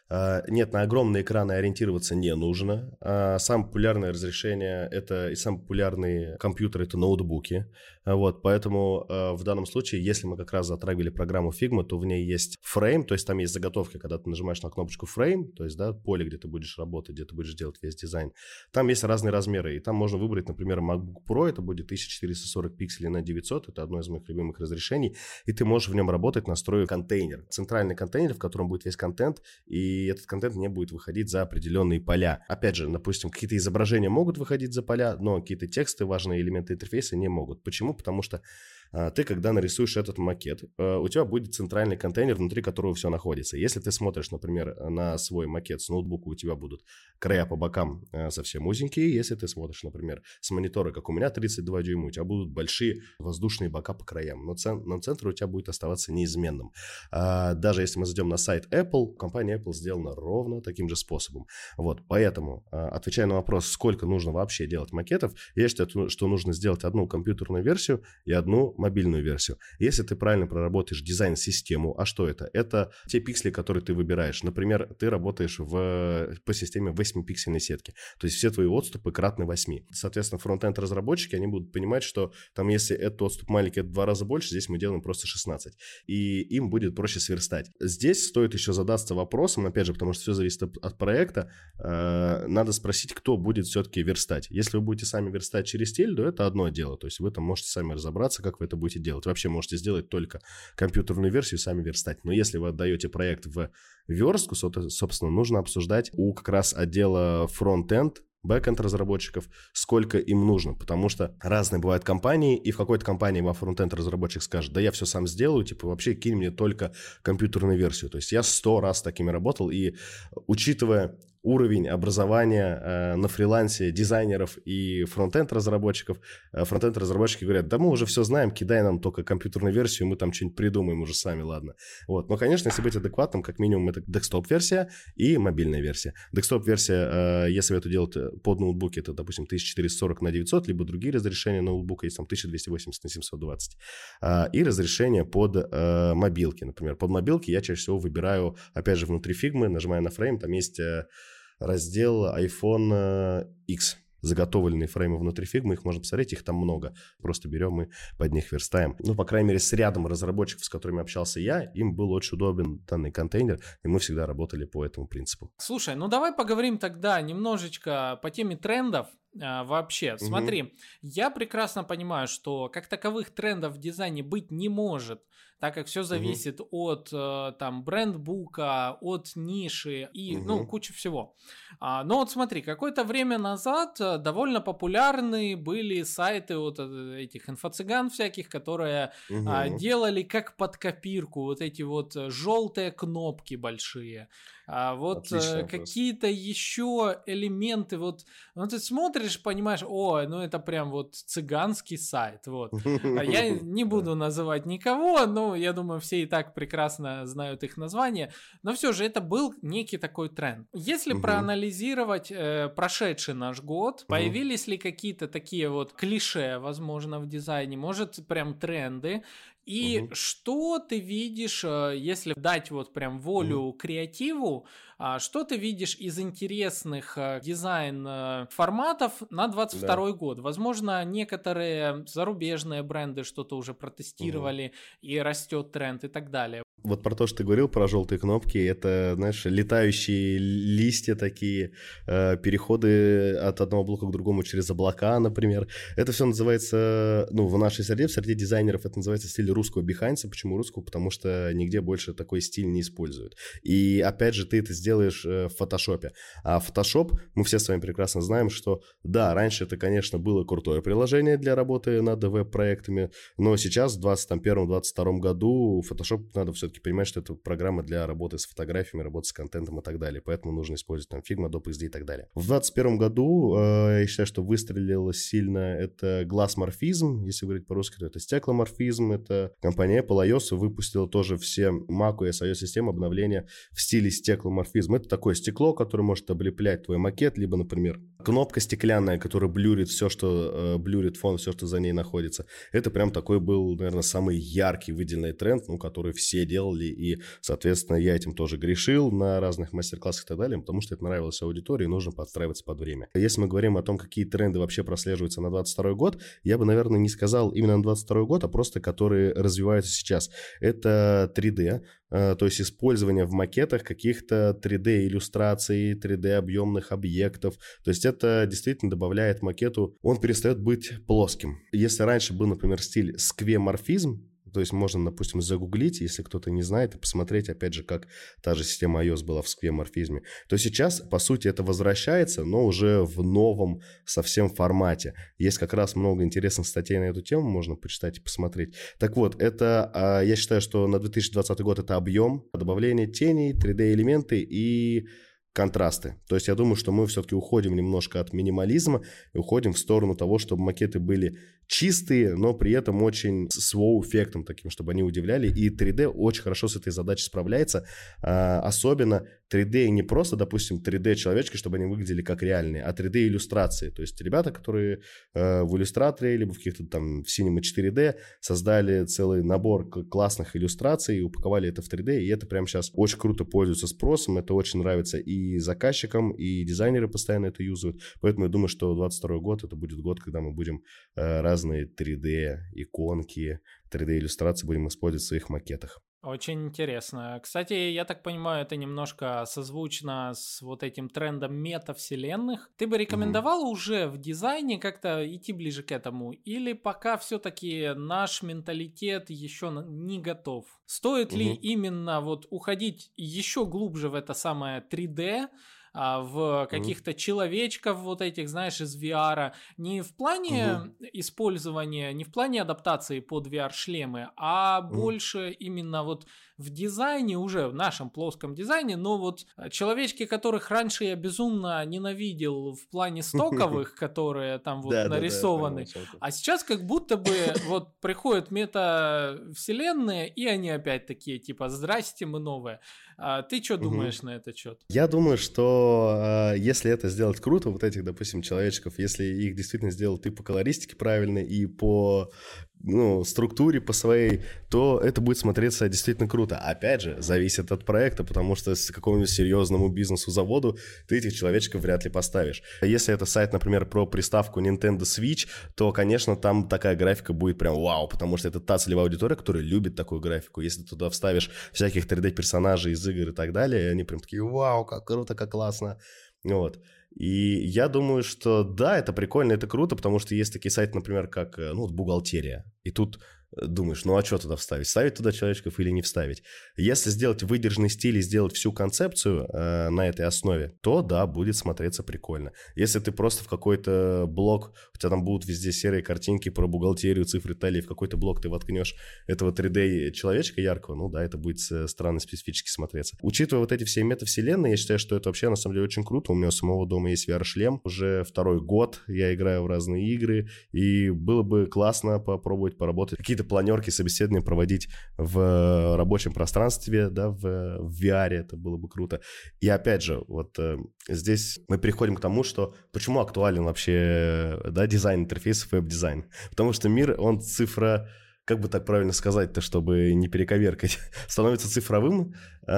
Нет, на огромные экраны ориентироваться не нужно. Самое популярное разрешение и самый популярный компьютер — это ноутбуки. Вот, поэтому в данном случае, если мы как раз затрагивали программу Figma, то в ней есть фрейм, то есть там есть заготовки, когда ты нажимаешь на кнопочку фрейм, то есть, да, поле, где ты будешь работать, где ты будешь делать весь дизайн. Там есть разные размеры, и там можно выбрать, например, MacBook Pro, это будет 1440 пикселей на 900, это одно из моих любимых разрешений, и ты можешь в нем работать, настроив контейнер, центральный контейнер, в котором будет весь контент, и этот контент не будет выходить за определенные поля. Опять же, допустим, какие-то изображения могут выходить за поля, но какие-то тексты, важные элементы интерфейса не могут. Почему? Потому что ты, когда нарисуешь этот макет, у тебя будет центральный контейнер, внутри которого все находится. Если ты смотришь, например, на свой макет с ноутбука, у тебя будут края по бокам совсем узенькие. Если ты смотришь, например, с монитора, как у меня, 32 дюйма, у тебя будут большие воздушные бока по краям. Но центр у тебя будет оставаться неизменным. Даже если мы зайдем на сайт Apple, компания Apple сделана ровно таким же способом. Вот, поэтому, отвечая на вопрос, сколько нужно вообще делать макетов, я считаю, что нужно сделать одну компьютерную версию и одну мобильную версию. Если ты правильно проработаешь дизайн-систему, а что это? Это те пиксели, которые ты выбираешь. Например, ты работаешь по системе 8-пиксельной сетки. То есть все твои отступы кратны 8. Соответственно, фронт-энд разработчики, они будут понимать, что там, если этот отступ маленький, это в 2 раза больше, здесь мы делаем просто 16. И им будет проще сверстать. Здесь стоит еще задаться вопросом, опять же, потому что все зависит от проекта, надо спросить, кто будет все-таки верстать. Если вы будете сами верстать через тильду, это одно дело. То есть вы там можете сами разобраться, как вы это будете делать. Вообще можете сделать только компьютерную версию и сами верстать. Но если вы отдаете проект в верстку, собственно, нужно обсуждать у как раз отдела фронт-энд, бэкэнд разработчиков, сколько им нужно, потому что разные бывают компании, и в какой-то компании вам фронт-энд разработчик скажет: да я все сам сделаю, типа вообще кинь мне только компьютерную версию. То есть я 100 раз с такими работал, и учитывая уровень образования на фрилансе дизайнеров и фронт-энд разработчиков, фронт-энд-разработчики говорят: да мы уже все знаем, кидай нам только компьютерную версию, мы там что-нибудь придумаем уже сами, ладно. Вот. Но, конечно, если быть адекватным, как минимум это десктоп-версия и мобильная версия. Десктоп-версия, если это делать под ноутбуки, это, допустим, 1440 на 900, либо другие разрешения ноутбука, есть там 1280 на 720. И разрешение под мобилки, например. Под мобилки я чаще всего выбираю, опять же, внутри Figma, нажимаю на фрейм, там есть раздел iPhone X. Заготовленные фреймы внутри Figma, их можно посмотреть, их там много. Просто берем и под них верстаем. Ну, по крайней мере, с рядом разработчиков, с которыми общался я, им был очень удобен данный контейнер, и мы всегда работали по этому принципу. Слушай, ну давай поговорим тогда немножечко по теме трендов. Вообще, смотри, я прекрасно понимаю, что как таковых трендов в дизайне быть не может, так как все зависит от там брендбука, от ниши и куча всего. Но вот смотри, какое-то время назад довольно популярны были сайты вот этих инфо-цыган всяких, которые делали как под копирку вот эти вот желтые кнопки большие. Вот какие-то еще элементы, вот ты смотришь, понимаешь, ну это прям вот цыганский сайт, вот. Я не буду называть никого, но я думаю, все и так прекрасно знают их название, но все же это был некий такой тренд. Если проанализировать прошедший наш год, появились ли какие-то такие вот клише, возможно, в дизайне, может, прям тренды, и что ты видишь, если дать вот прям волю креативу, что ты видишь из интересных дизайн-форматов на 22 год? Возможно, некоторые зарубежные бренды что-то уже протестировали, и растет тренд и так далее. Вот про то, что ты говорил, про желтые кнопки, это, знаешь, летающие листья такие, переходы от одного блока к другому через облака, например. Это все называется, в нашей среде, в среде дизайнеров, это называется стиль русского бихайнса. Почему русского? Потому что нигде больше такой стиль не используют. И, опять же, ты это сделаешь в фотошопе. А фотошоп, мы все с вами прекрасно знаем, что, да, раньше это, конечно, было крутое приложение для работы над веб-проектами, но сейчас, в 2021-2022 году, фотошоп надо все-таки все-таки понимать, что это программа для работы с фотографиями, работы с контентом и так далее. Поэтому нужно использовать там Figma, Adobe XD и так далее. В 2021 году я считаю, что выстрелило сильно это глаз-морфизм. Если говорить по-русски, то это стекломорфизм. Это компания Apple iOS выпустила тоже все macOS iOS-системы обновления в стиле стекломорфизм. Это такое стекло, которое может облеплять твой макет, либо, например, кнопка стеклянная, которая блюрит все, что блюрит фон, все, что за ней находится. Это прям такой был, наверное, самый яркий выделенный тренд, который все делали, и, соответственно, я этим тоже грешил на разных мастер-классах и так далее, потому что это нравилось аудитории, и нужно подстраиваться под время. Если мы говорим о том, какие тренды вообще прослеживаются на 2022 год, я бы, наверное, не сказал именно на 2022 год, а просто которые развиваются сейчас. Это 3D, то есть использование в макетах каких-то 3D-иллюстраций, 3D-объемных объектов. То есть это действительно добавляет макету, он перестает быть плоским. Если раньше был, например, стиль сквеморфизм, то есть можно, допустим, загуглить, если кто-то не знает, и посмотреть, опять же, как та же система iOS была в сквеморфизме, то сейчас, по сути, это возвращается, но уже в новом совсем формате. Есть как раз много интересных статей на эту тему, можно почитать и посмотреть. Так вот, это, я считаю, что на 2020 год это объем, добавление теней, 3D-элементы и контрасты. То есть я думаю, что мы все-таки уходим немножко от минимализма и уходим в сторону того, чтобы макеты были чистые, но при этом очень с воу-эффектом таким, чтобы они удивляли. И 3D очень хорошо с этой задачей справляется. Особенно 3D не просто, допустим, 3D-человечки, чтобы они выглядели как реальные, а 3D-иллюстрации. То есть ребята, которые в иллюстраторе либо в каких-то там в Cinema 4D создали целый набор классных иллюстраций и упаковали это в 3D, и это прямо сейчас очень круто пользуется спросом, это очень нравится и заказчикам, и дизайнеры постоянно это юзают. Поэтому я думаю, что 2022 год это будет год, когда мы будем разные 3D-иконки, 3D-иллюстрации будем использовать в своих макетах. Очень интересно. Кстати, я так понимаю, это немножко созвучно с вот этим трендом метавселенных. Ты бы рекомендовал уже в дизайне как-то идти ближе к этому? Или пока все-таки наш менталитет еще не готов? Стоит ли именно вот уходить еще глубже в это самое 3D, в каких-то человечков вот этих, знаешь, из VR, не в плане использования, не в плане адаптации под VR-шлемы, а больше именно вот в дизайне уже, в нашем плоском дизайне, но вот человечки, которых раньше я безумно ненавидел в плане стоковых, которые там вот нарисованы, а сейчас как будто бы вот приходят метавселенные, и они опять такие, типа, здрасте, мы новые. Ты что думаешь на этот счет? Я думаю, что если это сделать круто, вот этих, допустим, человечков, если их действительно сделать и по колористике правильно, и по структуре по своей, то это будет смотреться действительно круто. Опять же, зависит от проекта, потому что с какому-нибудь серьезному бизнесу-заводу ты этих человечков вряд ли поставишь. Если это сайт, например, про приставку Nintendo Switch, то, конечно, там такая графика будет прям вау, потому что это та целевая аудитория, которая любит такую графику. Если ты туда вставишь всяких 3D-персонажей из игр и так далее, они прям такие вау, как круто, как классно. Вот. И я думаю, что да, это прикольно, это круто, потому что есть такие сайты, например, как бухгалтерия. И тут думаешь, а что туда вставить? Ставить туда человечков или не вставить? Если сделать выдержанный стиль и сделать всю концепцию на этой основе, то да, будет смотреться прикольно. Если ты просто в какой-то блок, у тебя там будут везде серые картинки про бухгалтерию, цифры талии, в какой-то блок ты воткнешь этого 3D-человечка яркого, да, это будет странно специфически смотреться. Учитывая вот эти все метавселенные, я считаю, что это вообще на самом деле очень круто. У меня у самого дома есть VR-шлем, уже второй год я играю в разные игры, и было бы классно попробовать поработать, какие-то планерки, собеседования проводить в рабочем пространстве, да, в VR, это было бы круто. И опять же, вот здесь мы переходим к тому, что почему актуален вообще, да, дизайн интерфейсов, веб-дизайн. Потому что мир, он как бы так правильно сказать-то, чтобы не перековеркать, становится цифровым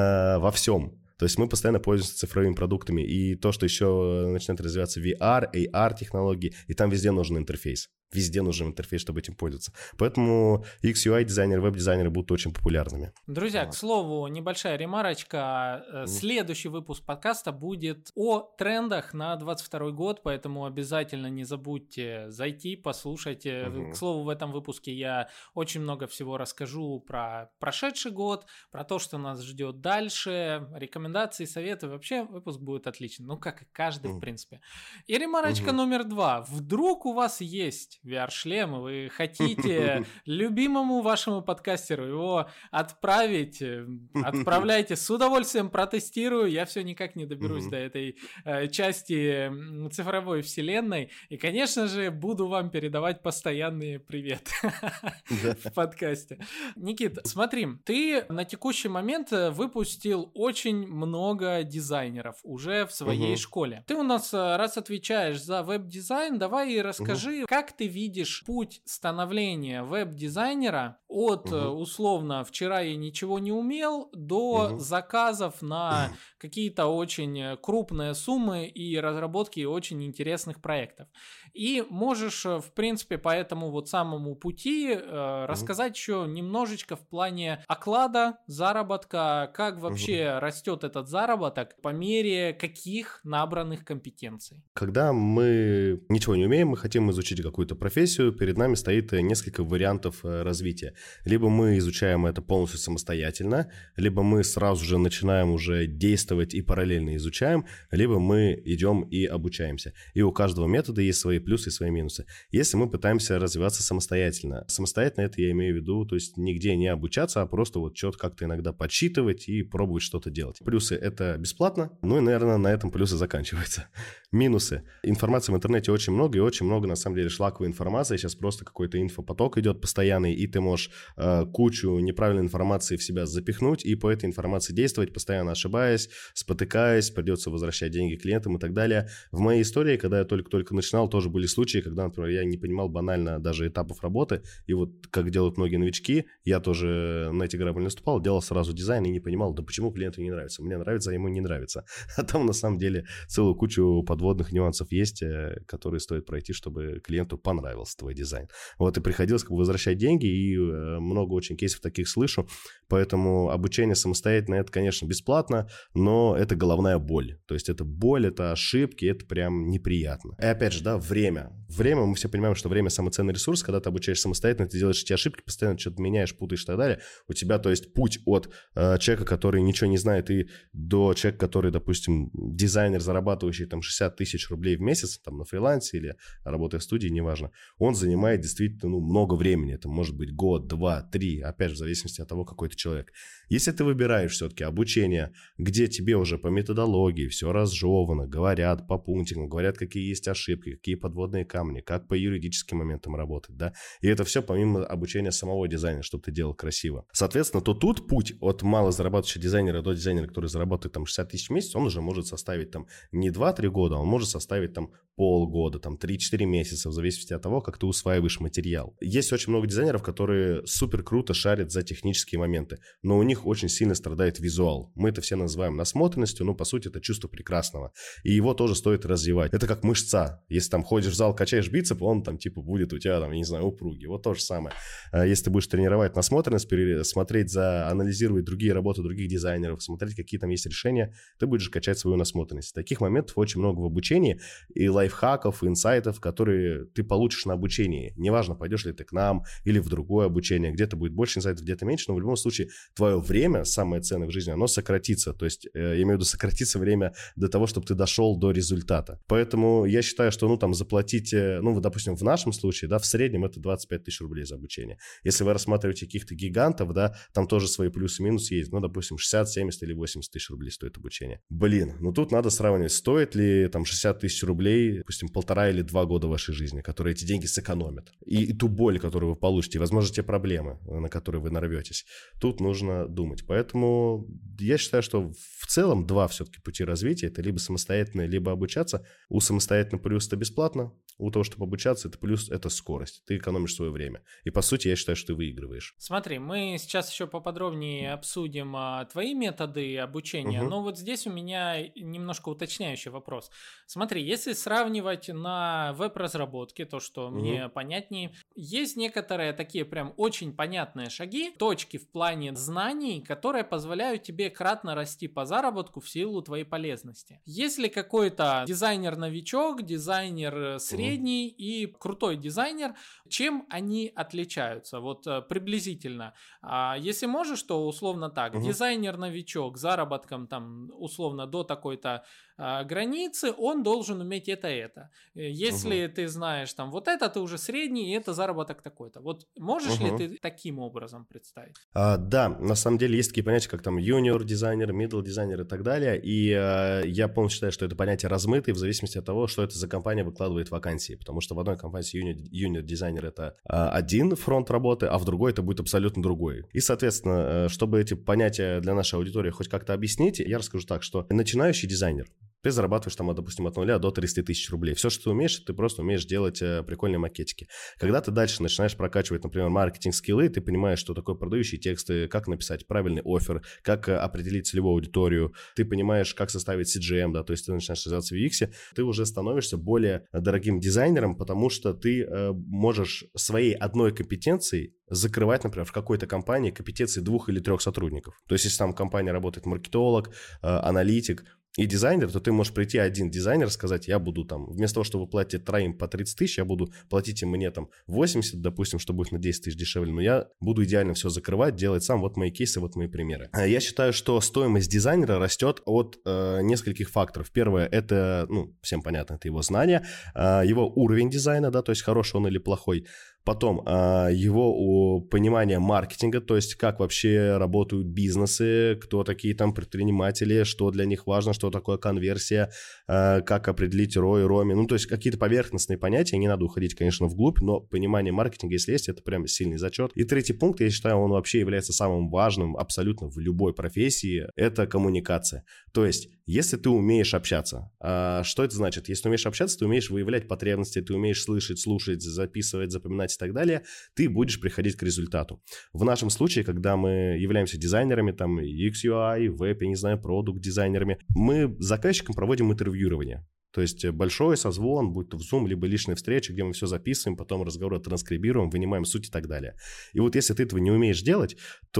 во всем. То есть мы постоянно пользуемся цифровыми продуктами. И то, что еще начинает развиваться VR, AR-технологии, и там везде нужен интерфейс. Везде нужен интерфейс, чтобы этим пользоваться. Поэтому UX-UI-дизайнеры, веб-дизайнеры будут очень популярными. Друзья, к слову, небольшая ремарочка. Следующий выпуск подкаста будет о трендах на 2022 год, поэтому обязательно не забудьте зайти, послушайте. К слову, в этом выпуске я очень много всего расскажу про прошедший год, про то, что нас ждет дальше, рекомендации, советы. Вообще выпуск будет отличный, как и каждый, в принципе. И ремарочка номер 2. Вдруг у вас есть VR-шлем, и вы хотите любимому вашему подкастеру его отправить, отправляйте, с удовольствием протестирую, я все никак не доберусь до этой части цифровой вселенной, и, конечно же, буду вам передавать постоянные привет в подкасте. Никит, смотри, ты на текущий момент выпустил очень много дизайнеров уже в своей школе. Ты у нас, раз отвечаешь за веб-дизайн, давай и расскажи, как ты видишь путь становления веб-дизайнера от, условно, вчера я ничего не умел, до заказов на какие-то очень крупные суммы и разработки очень интересных проектов. И можешь, в принципе, по этому вот самому пути рассказать еще немножечко в плане оклада, заработка, как вообще растет этот заработок по мере каких набранных компетенций. Когда мы ничего не умеем, мы хотим изучить какую-то профессию, перед нами стоит несколько вариантов развития. Либо мы изучаем это полностью самостоятельно, либо мы сразу же начинаем уже действовать и параллельно изучаем, либо мы идем и обучаемся. И у каждого метода есть свои плюсы и свои минусы. Если мы пытаемся развиваться самостоятельно это я имею в виду, то есть нигде не обучаться, а просто вот что-то как-то иногда подсчитывать и пробовать что-то делать. Плюсы — это бесплатно, ну и, наверное, на этом плюсы заканчиваются. Минусы. Информации в интернете очень много, и очень много, на самом деле, шлаковой информации. Сейчас просто какой-то инфопоток идет постоянный, и ты можешь кучу неправильной информации в себя запихнуть, и по этой информации действовать, постоянно ошибаясь, спотыкаясь, придется возвращать деньги клиентам и так далее. В моей истории, когда я только-только начинал, тоже были случаи, когда, например, я не понимал банально даже этапов работы, и вот как делают многие новички, я тоже на эти грабли наступал, делал сразу дизайн и не понимал, да почему клиенту не нравится. Мне нравится, а ему не нравится. А там на самом деле целую кучу подводных нюансов есть, которые стоит пройти, чтобы клиенту понравился твой дизайн. Вот и приходилось как бы возвращать деньги, и много очень кейсов таких слышу, поэтому обучение самостоятельно, это, конечно, бесплатно, но это головная боль. То есть это боль, это ошибки, это прям неприятно. И опять же, да, время. Время, мы все понимаем, что время самый ценный ресурс, когда ты обучаешь самостоятельно, ты делаешь эти ошибки, постоянно что-то меняешь, путаешь и так далее. У тебя, то есть, путь от человека, который ничего не знает, и до человека, который, допустим, дизайнер, зарабатывающий там 60 тысяч рублей в месяц, там на фрилансе или работая в студии, неважно, он занимает действительно много времени. Это может быть год, 2, 3, опять же, в зависимости от того, какой ты человек. Если ты выбираешь все-таки обучение, где тебе уже по методологии все разжевано, говорят по пунктикам, говорят, какие есть ошибки, какие подводные камни, как по юридическим моментам работать, да, и это все помимо обучения самого дизайна, чтобы ты делал красиво. Соответственно, то тут путь от малозарабатывающего дизайнера до дизайнера, который зарабатывает там 60 тысяч в месяц, он уже может составить там не 2-3 года, он может составить там полгода, там 3-4 месяца, в зависимости от того, как ты усваиваешь материал. Есть очень много дизайнеров, которые супер круто шарят за технические моменты, но у них очень сильно страдает визуал. Мы это все называем насмотренностью, но по сути это чувство прекрасного. И его тоже стоит развивать. Это как мышца. Если там ходишь в зал, качаешь бицеп, он там типа будет у тебя там, я не знаю, упругий. Вот то же самое. Если ты будешь тренировать насмотренность, смотреть анализировать другие работы других дизайнеров, смотреть, какие там есть решения, ты будешь качать свою насмотренность. Таких моментов очень много в обучении, и лайфхаков, и инсайтов, которые ты получишь на обучении. Неважно, пойдешь ли ты к нам или в другое обучение, где-то будет больше инсайтов, где-то меньше, но в любом случае твое время, самое ценное в жизни, оно сократится. То есть, я имею в виду, сократится время до того, чтобы ты дошел до результата. Поэтому я считаю, что, там, заплатить, допустим, в нашем случае, да, в среднем это 25 тысяч рублей за обучение. Если вы рассматриваете каких-то гигантов, да, там тоже свои плюсы и минусы есть. Допустим, 60, 70 или 80 тысяч рублей стоит обучение. Тут надо сравнивать, стоит ли там 60 тысяч рублей, допустим, 1,5 или 2 года вашей жизни, которые эти деньги сэкономят. И ту боль, которую вы получите, и, возможно, те проблемы, на которые вы нарветесь. Тут нужно думать. Поэтому я считаю, что в целом два все-таки пути развития. Это либо самостоятельно, либо обучаться. У самостоятельного плюс это бесплатно. У того, чтобы обучаться, это плюс, это скорость. Ты экономишь свое время. И, по сути, я считаю, что ты выигрываешь. Смотри, мы сейчас еще поподробнее обсудим твои методы обучения, но вот здесь у меня немножко уточняющий вопрос. Смотри, если сравнивать на веб-разработке, то, что мне понятнее, есть некоторые такие прям очень понятные шаги, точки в плане знаний, которые позволяют тебе кратно расти по заработку в силу твоей полезности. Если какой-то дизайнер-новичок, дизайнер средний и крутой дизайнер, чем они отличаются? Вот приблизительно. Если можешь, то условно так. Дизайнер-новичок с заработком там условно до такой-то границы, он должен уметь это. Если ты знаешь там вот это, ты уже средний, и это заработок такой-то. Вот можешь ли ты таким образом представить? Да, на самом деле есть такие понятия, как там юниор-дизайнер, middle-дизайнер и так далее, и я полностью считаю, что это понятие размытые в зависимости от того, что это за компания выкладывает вакансии, потому что в одной компании юниор-дизайнер это один фронт работы, а в другой это будет абсолютно другой. И, соответственно, чтобы эти понятия для нашей аудитории хоть как-то объяснить, я расскажу так, что начинающий дизайнер, ты зарабатываешь там, допустим, от 0 до 30 тысяч рублей. Все, что ты умеешь, ты просто умеешь делать прикольные макетики. Когда ты дальше начинаешь прокачивать, например, маркетинг-скиллы, ты понимаешь, что такое продающие тексты, как написать правильный оффер, как определить целевую аудиторию, ты понимаешь, как составить CGM, да, то есть ты начинаешь развиваться в UX, ты уже становишься более дорогим дизайнером, потому что ты можешь своей одной компетенцией закрывать, например, в какой-то компании компетенции 2 или 3 сотрудников. То есть, если там в компании работает маркетолог, аналитик и дизайнер, то ты можешь прийти один дизайнер, сказать, я буду там, вместо того, чтобы платить троим по 30 тысяч, я буду платить им мне там 80, допустим, что будет на 10 тысяч дешевле, но я буду идеально все закрывать, делать сам, вот мои кейсы, вот мои примеры. Я считаю, что стоимость дизайнера растет от нескольких факторов. Первое, это, всем понятно, это его знания, его уровень дизайна, да, то есть хороший он или плохой. Потом его понимание маркетинга, то есть как вообще работают бизнесы, кто такие там предприниматели, что для них важно, что такое конверсия, как определить ROI, ROMI. То есть какие-то поверхностные понятия, не надо уходить, конечно, вглубь, но понимание маркетинга, если есть, это прям сильный зачет. И третий пункт, я считаю, он вообще является самым важным абсолютно в любой профессии, это коммуникация. То есть если ты умеешь общаться, что это значит? Если ты умеешь общаться, ты умеешь выявлять потребности, ты умеешь слышать, слушать, записывать, запоминать и так далее, ты будешь приходить к результату. В нашем случае, когда мы являемся дизайнерами, там, UX, UI, веб, я не знаю, продукт-дизайнерами, мы с заказчиком проводим интервьюирование. То есть большой созвон, будь то в Zoom, либо личная встреча, где мы все записываем, потом разговоры транскрибируем, вынимаем суть и так далее. И вот если ты этого не умеешь делать,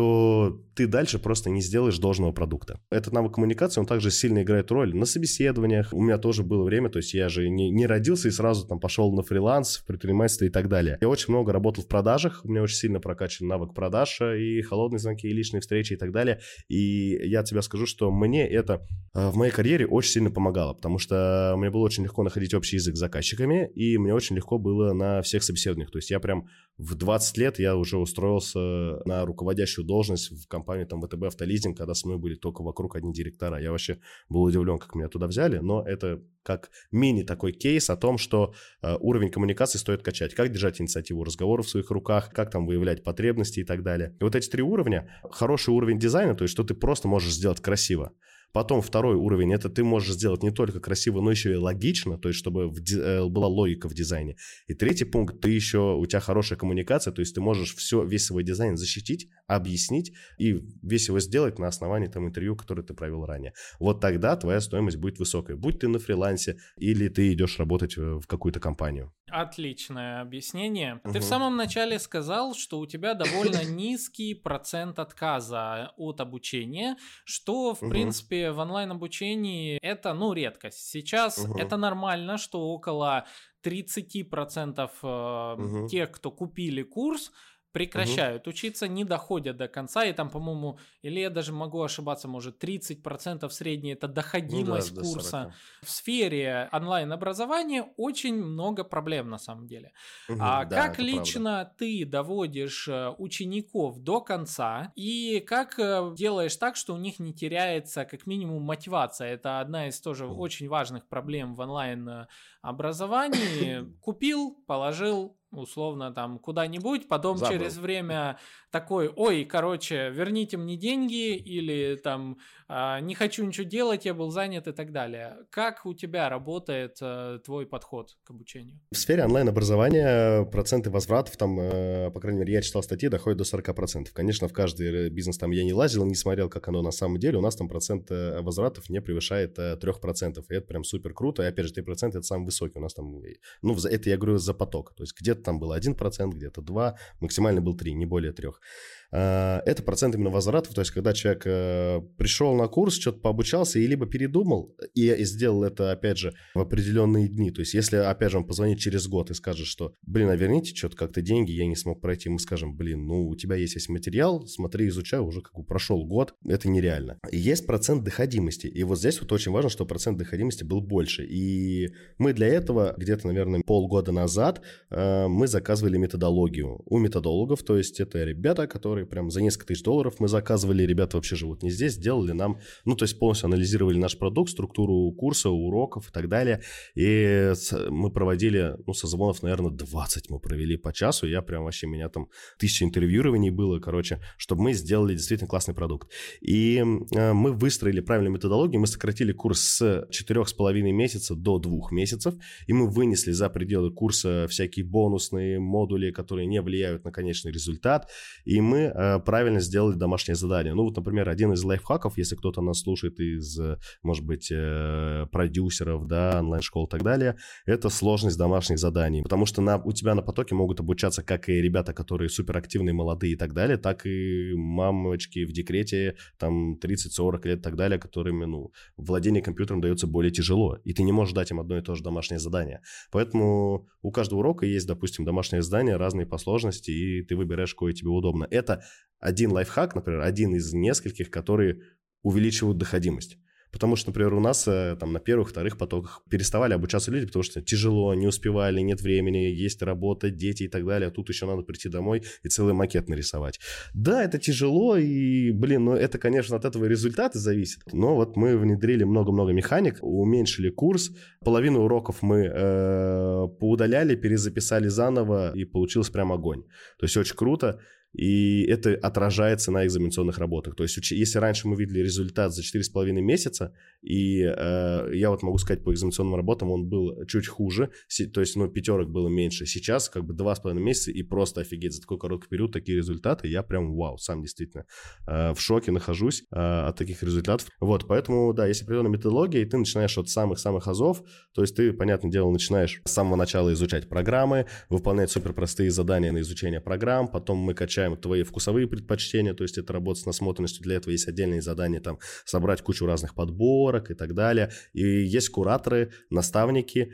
то ты дальше просто не сделаешь должного продукта. Этот навык коммуникации, он также сильно играет роль на собеседованиях. У меня тоже было время, то есть я же не родился и сразу там пошел на фриланс, в предпринимательство и так далее. Я очень много работал в продажах, у меня очень сильно прокачан навык продаж, и холодные звонки, и личные встречи и так далее. И я тебе скажу, что мне это в моей карьере очень сильно помогало, потому что мне было очень легко находить общий язык с заказчиками, и мне очень легко было на всех собеседованиях. То есть я прям в 20 лет я уже устроился на руководящую должность в компанию там ВТБ Автолизинг, когда со мной были только вокруг одни директора. Я вообще был удивлен, как меня туда взяли, но это как мини такой кейс о том, что уровень коммуникации стоит качать. Как держать инициативу разговоров в своих руках, как там выявлять потребности и так далее. И вот эти 3 уровня, хороший уровень дизайна, то есть что ты просто можешь сделать красиво. Потом второй уровень, это ты можешь сделать не только красиво, но еще и логично, то есть чтобы была логика в дизайне. И третий пункт, у тебя хорошая коммуникация, то есть ты можешь весь свой дизайн защитить, объяснить и весь его сделать на основании там интервью, которое ты провел ранее. Вот тогда твоя стоимость будет высокой. Будь ты на фрилансе или ты идешь работать в какую-то компанию. Отличное объяснение. Ты в самом начале сказал, что у тебя довольно низкий процент отказа от обучения, что, в принципе, в онлайн-обучении это, редкость. Сейчас это нормально, что около 30% тех, кто купили курс, прекращают учиться, не доходят до конца, и там, по-моему, или я даже могу ошибаться, может, 30% средняя это доходимость курса. В сфере онлайн-образования очень много проблем на самом деле. Как лично ты доводишь учеников до конца, и как делаешь так, что у них не теряется как минимум мотивация? Это одна из тоже очень важных проблем в онлайн-образовании. Купил, положил, условно там куда-нибудь, потом через время такой, верните мне деньги, или там не хочу ничего делать, я был занят и так далее. Как у тебя работает твой подход к обучению? В сфере онлайн-образования проценты возвратов, там, по крайней мере, я читал статьи, доходят до 40%. Конечно, в каждый бизнес там я не лазил, не смотрел, как оно на самом деле. У нас там процент возвратов не превышает 3%. И это прям супер круто. И опять же, 3% это самый высокий. У нас там, это я говорю за поток. То есть где-то там было 1%, где-то 2%, максимально был 3%, не более 3%. это процент именно возвратов, то есть когда человек пришел на курс, что-то пообучался и либо передумал, и сделал это, опять же, в определенные дни. То есть если, опять же, он позвонит через год и скажет, что, а верните что-то как-то деньги, я не смог пройти, мы скажем, у тебя есть весь материал, смотри, изучай, уже как бы прошел год, это нереально. И есть процент доходимости, и вот здесь вот очень важно, что процент доходимости был больше, и мы для этого где-то, наверное, полгода назад мы заказывали методологию у методологов, то есть это ребята, которые прям за несколько тысяч долларов мы заказывали, ребята вообще живут не здесь, делали нам, то есть полностью анализировали наш продукт, структуру курса, уроков и так далее, и мы проводили, созвонов, наверное, 20 мы провели по часу, меня там 1000 интервьюирований было, чтобы мы сделали действительно классный продукт. И мы выстроили правильную методологию, мы сократили курс с 4,5 месяца до 2 месяцев, и мы вынесли за пределы курса всякие бонусные модули, которые не влияют на конечный результат, и мы правильно сделали домашнее задание. Например, один из лайфхаков, если кто-то нас слушает из, может быть, продюсеров, онлайн-школ и так далее, это сложность домашних заданий, потому что у тебя на потоке могут обучаться как и ребята, которые суперактивные, молодые и так далее, так и мамочки в декрете, там 30-40 лет и так далее, которыми, владение компьютером дается более тяжело, и ты не можешь дать им одно и то же домашнее задание. Поэтому у каждого урока есть, допустим, домашнее задание, разные по сложности, и ты выбираешь, какое тебе удобно. Это один лайфхак, например, один из нескольких, которые увеличивают доходимость. Потому что, например, у нас там на первых, вторых потоках переставали обучаться люди, потому что тяжело, не успевали, нет времени, есть работа, дети и так далее, а тут еще надо прийти домой и целый макет нарисовать. Да, это тяжело, и, это, конечно, от этого результаты зависит. Но вот мы внедрили много-много механик, уменьшили курс, половину уроков мы поудаляли, перезаписали заново, и получилось прям огонь. То есть очень круто. И это отражается на экзаменационных работах. То есть если раньше мы видели результат за 4,5 месяца, и я вот могу сказать, по экзаменационным работам он был чуть хуже, то есть 5 было меньше. Сейчас 2,5 месяца, и просто офигеть, за такой короткий период такие результаты. Я прям сам действительно в шоке нахожусь от таких результатов. Вот, поэтому, да, есть определенная методология, и ты начинаешь от самых-самых азов, то есть ты, понятное дело, начинаешь с самого начала изучать программы, выполнять суперпростые задания на изучение программ, потом мы качаем твои вкусовые предпочтения, то есть это работа с насмотренностью, для этого есть отдельные задания, там, собрать кучу разных подборок и так далее, и есть кураторы, наставники,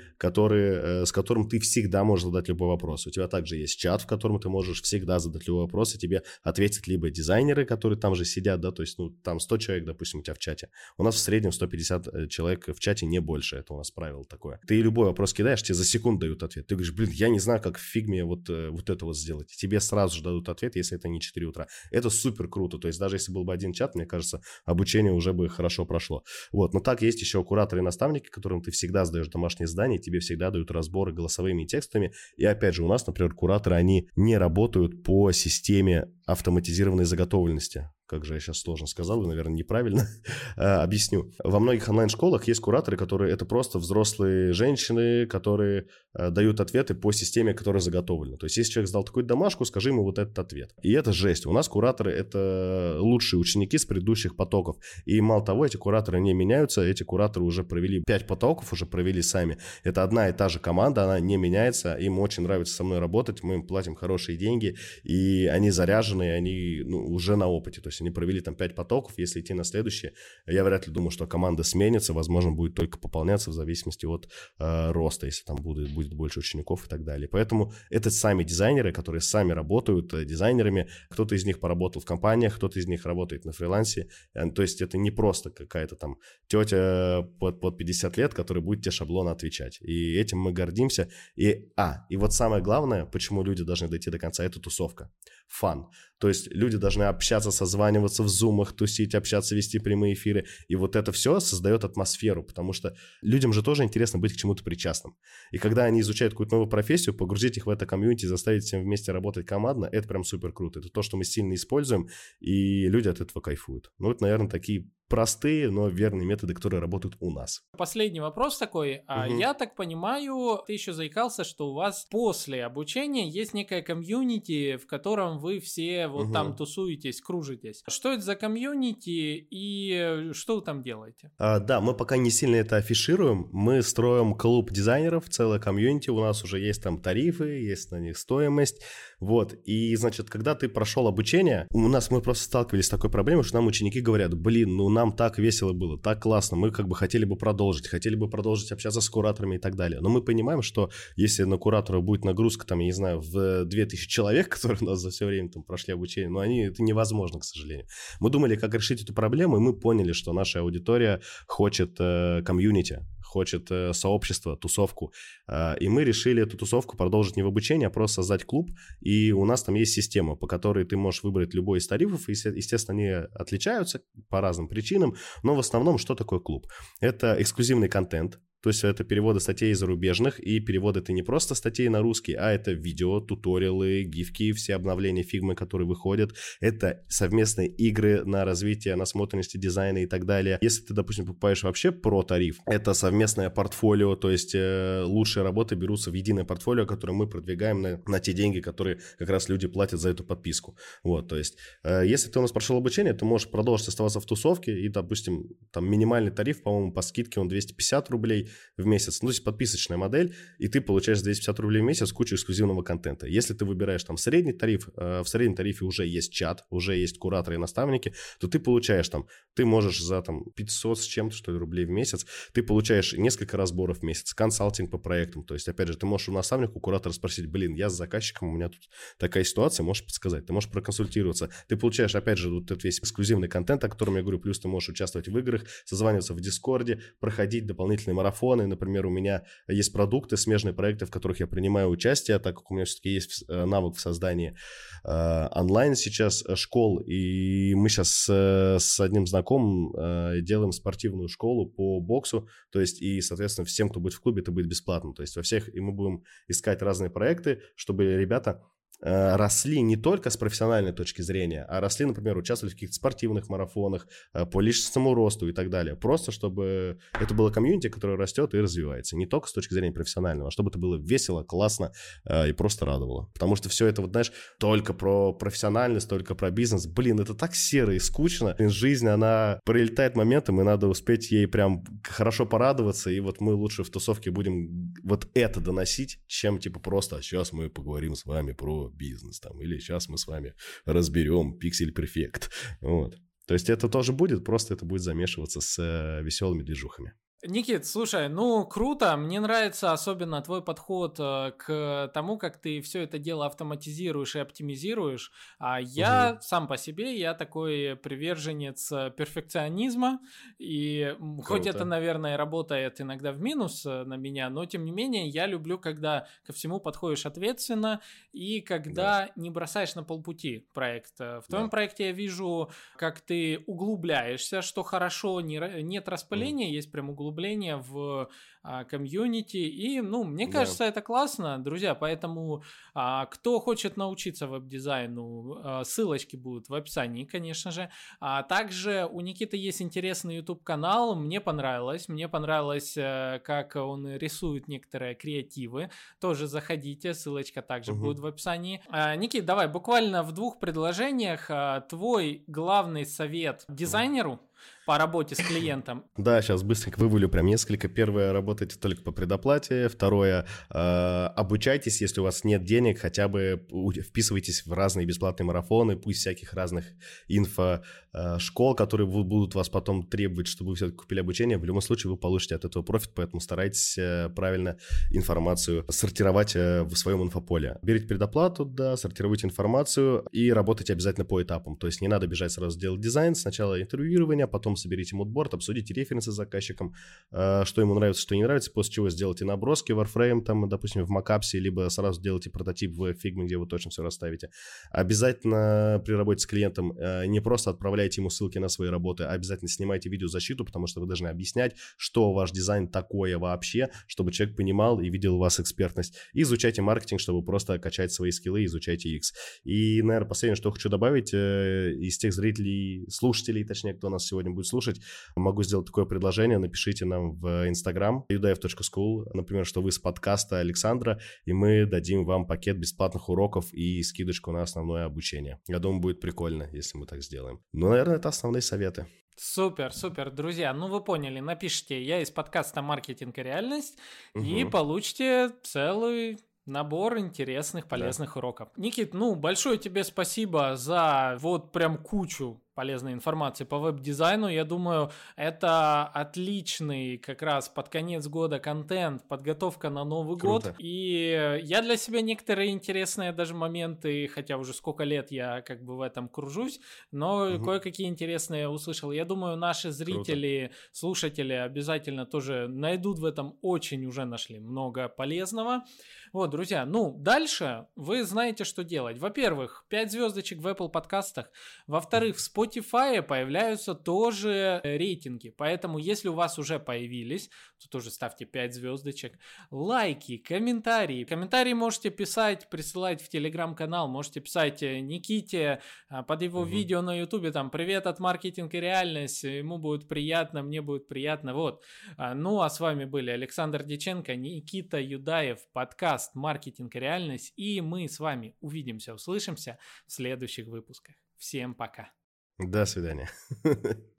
с которым ты всегда можешь задать любой вопрос. У тебя также есть чат, в котором ты можешь всегда задать любой вопрос, и тебе ответят либо дизайнеры, которые там же сидят, то есть, там 100 человек, допустим, у тебя в чате. У нас в среднем 150 человек в чате, не больше, это у нас правило такое. Ты любой вопрос кидаешь, тебе за секунду дают ответ. Ты говоришь, я не знаю, как в фигме вот это вот сделать. Тебе сразу же дадут ответ, если это не 4 утра. Это супер круто. То есть даже если был бы один чат, мне кажется, обучение уже бы хорошо прошло. Вот. Но так есть еще кураторы и наставники, которым ты всегда сдаешь домашние задания, тебе всегда дают разборы голосовыми и текстами. И опять же, у нас, например, кураторы, они не работают по системе автоматизированной заготовленности. Как же я сейчас сложно сказал, и, наверное, неправильно объясню. Во многих онлайн-школах есть кураторы, которые это просто взрослые женщины, которые дают ответы по системе, которая заготовлена. То есть, если человек сдал такую домашку, скажи ему вот этот ответ. И это жесть. У нас кураторы – это лучшие ученики с предыдущих потоков. И мало того, эти кураторы не меняются. Эти кураторы уже провели 5 потоков, уже провели сами. Это одна и та же команда, она не меняется. Им очень нравится со мной работать, мы им платим хорошие деньги, и они заряжены, они уже на опыте. То есть, они провели там 5 потоков, если идти на следующие, я вряд ли думаю, что команда сменится, возможно, будет только пополняться в зависимости от роста, если там будет больше учеников и так далее. Поэтому это сами дизайнеры, которые сами работают дизайнерами, кто-то из них поработал в компаниях, кто-то из них работает на фрилансе, то есть это не просто какая-то там тетя под 50 лет, которая будет тебе шаблоны отвечать, и этим мы гордимся. И вот самое главное, почему люди должны дойти до конца, это тусовка, фан. То есть люди должны общаться, созваниваться в зумах, тусить, общаться, вести прямые эфиры. И вот это все создает атмосферу, потому что людям же тоже интересно быть к чему-то причастным. И когда они изучают какую-то новую профессию, погрузить их в это комьюнити, заставить всем вместе работать командно, это прям супер круто. Это то, что мы сильно используем, и люди от этого кайфуют. Это, наверное, такие простые, но верные методы, которые работают у нас. Последний вопрос такой. Я так понимаю, ты еще заикался, что у вас после обучения есть некое комьюнити, в котором вы все вот там тусуетесь, кружитесь. Что это за комьюнити и что вы там делаете? Да, мы пока не сильно это афишируем. Мы строим клуб дизайнеров, целое комьюнити. У нас уже есть там тарифы, есть на них стоимость. Вот, и, значит, когда ты прошел обучение, мы просто сталкивались с такой проблемой, что нам ученики говорят, блин, ну нам так весело было, так классно, мы как бы хотели бы продолжить общаться с кураторами и так далее. Но мы понимаем, что если на куратора будет нагрузка, там, я не знаю, в 2000 человек, которые у нас за все время там прошли обучение, но это невозможно, к сожалению. Мы думали, как решить эту проблему, и мы поняли, что наша аудитория хочет комьюнити, хочет сообщество, тусовку. И мы решили эту тусовку продолжить не в обучении, а просто создать клуб. И у нас там есть система, по которой ты можешь выбрать любой из тарифов. И, естественно, они отличаются по разным причинам. Но в основном что такое клуб? Это эксклюзивный контент. То есть это переводы статей зарубежных, и переводы это не просто статей на русский, а это видео, туториалы, гифки, все обновления фигмы, которые выходят. Это совместные игры на развитие насмотренности, дизайна и так далее. Если ты, допустим, покупаешь вообще про-тариф, это совместное портфолио, то есть лучшие работы берутся в единое портфолио, которое мы продвигаем на те деньги, которые как раз люди платят за эту подписку. Вот, то есть если ты у нас прошел обучение, ты можешь продолжить оставаться в тусовке, и, допустим, там минимальный тариф, по-моему, по скидке он 250 рублей в месяц, ну, то есть подписочная модель, и ты получаешь за 250 рублей в месяц кучу эксклюзивного контента. Если ты выбираешь там средний тариф, в среднем тарифе уже есть чат, уже есть кураторы и наставники, то ты получаешь там, ты можешь за там 500 с чем-то, что ли, рублей в месяц, ты получаешь несколько разборов в месяц, консалтинг по проектам, то есть, опять же, ты можешь у наставника, у куратора спросить, блин, я с заказчиком, у меня тут такая ситуация, можешь подсказать, ты можешь проконсультироваться, ты получаешь, опять же, вот этот весь эксклюзивный контент, о котором я говорю, плюс ты можешь участвовать в играх, созваниваться в Дискорде, проходить дополнительные марафоны. Например, у меня есть продукты, смежные проекты, в которых я принимаю участие, так как у меня все-таки есть навык в создании онлайн сейчас школ, и мы сейчас с одним знакомым делаем спортивную школу по боксу, то есть и, соответственно, всем, кто будет в клубе, это будет бесплатно, то есть во всех, и мы будем искать разные проекты, чтобы ребята росли не только с профессиональной точки зрения, а росли, например, участвовали в каких-то спортивных марафонах по личностному росту и так далее. Просто чтобы это было комьюнити, которое растет и развивается. Не только с точки зрения профессионального, а чтобы это было весело, классно и просто радовало. Потому что все это, вот знаешь, только про профессиональность, только про бизнес. Блин, это так серо и скучно. Жизнь, она прилетает моментом, и надо успеть ей прям хорошо порадоваться. И вот мы лучше в тусовке будем вот это доносить, чем типа просто сейчас мы поговорим с вами про бизнес там, или сейчас мы с вами разберем Pixel Perfect. Вот. То есть это тоже будет, просто это будет замешиваться с веселыми движухами. Никит, слушай, ну круто, мне нравится особенно твой подход к тому, как ты все это дело автоматизируешь и оптимизируешь. А я сам по себе, я такой приверженец перфекционизма, и хоть это, наверное, работает иногда в минус на меня, но тем не менее я люблю, когда ко всему подходишь ответственно и когда не бросаешь на полпути проект. В твоем проекте я вижу, как ты углубляешься, что хорошо, нет распыления, есть прям углубление в комьюнити, и, ну, мне кажется, это классно, друзья, поэтому кто хочет научиться веб-дизайну, ссылочки будут в описании, конечно же. Также у Никиты есть интересный YouTube-канал, мне понравилось, как он рисует некоторые креативы, тоже заходите, ссылочка также будет в описании. Никит, давай, буквально в 2 предложениях твой главный совет дизайнеру по работе с клиентом. Да, сейчас быстренько вывалю прям несколько. Первое, работайте только по предоплате. Второе, обучайтесь, если у вас нет денег, хотя бы вписывайтесь в разные бесплатные марафоны, пусть всяких разных инфо-школ, которые будут вас потом требовать, чтобы вы все-таки купили обучение. В любом случае вы получите от этого профит, поэтому старайтесь правильно информацию сортировать в своем инфополе. Берите предоплату, да, сортируйте информацию и работайте обязательно по этапам. То есть не надо бежать сразу делать дизайн, сначала интервьюирование, потом соберите мудборд, обсудите референсы с заказчиком, что ему нравится, что не нравится, после чего сделайте наброски в Warframe, там, допустим, в Mockups, либо сразу делайте прототип в Figma, где вы точно все расставите. Обязательно при работе с клиентом не просто отправляйте ему ссылки на свои работы, а обязательно снимайте видеозащиту, потому что вы должны объяснять, что ваш дизайн такое вообще, чтобы человек понимал и видел у вас экспертность. И изучайте маркетинг, чтобы просто качать свои скиллы, изучайте UX. И, наверное, последнее, что хочу добавить, из тех зрителей, слушателей, точнее, кто нас сегодня будет слушать, могу сделать такое предложение, напишите нам в Instagram udaev.school, например, что вы с подкаста Александра, и мы дадим вам пакет бесплатных уроков и скидочку на основное обучение. Я думаю, будет прикольно, если мы так сделаем. Ну, наверное, это основные советы. Супер, супер, друзья, ну вы поняли, напишите, я из подкаста «Маркетинг и реальность», и получите целый Набор интересных, полезных уроков. Никит, ну, большое тебе спасибо за вот прям кучу полезной информации по веб-дизайну. Я думаю, это отличный как раз под конец года контент, подготовка на Новый Круто. год. И я для себя некоторые интересные даже моменты, хотя уже сколько лет я как бы в этом кружусь, но кое-какие интересные услышал. Я думаю, наши зрители, слушатели обязательно тоже найдут в этом, очень уже нашли много полезного. Вот, друзья, ну, дальше вы знаете, что делать. Во-первых, 5 звездочек в Apple подкастах. Во-вторых, в Spotify появляются тоже рейтинги. Поэтому, если у вас уже появились, то тоже ставьте 5 звездочек. Лайки, комментарии. Комментарии можете писать, присылать в Telegram-канал. Можете писать Никите под его видео на YouTube. Там, привет от Маркетинг и Реальность. Ему будет приятно, мне будет приятно. Вот. Ну, а с вами были Александр Дьяченко, Никита Юдаев, подкаст «Маркетинг и реальность», и мы с вами увидимся, услышимся в следующих выпусках. Всем пока. До свидания.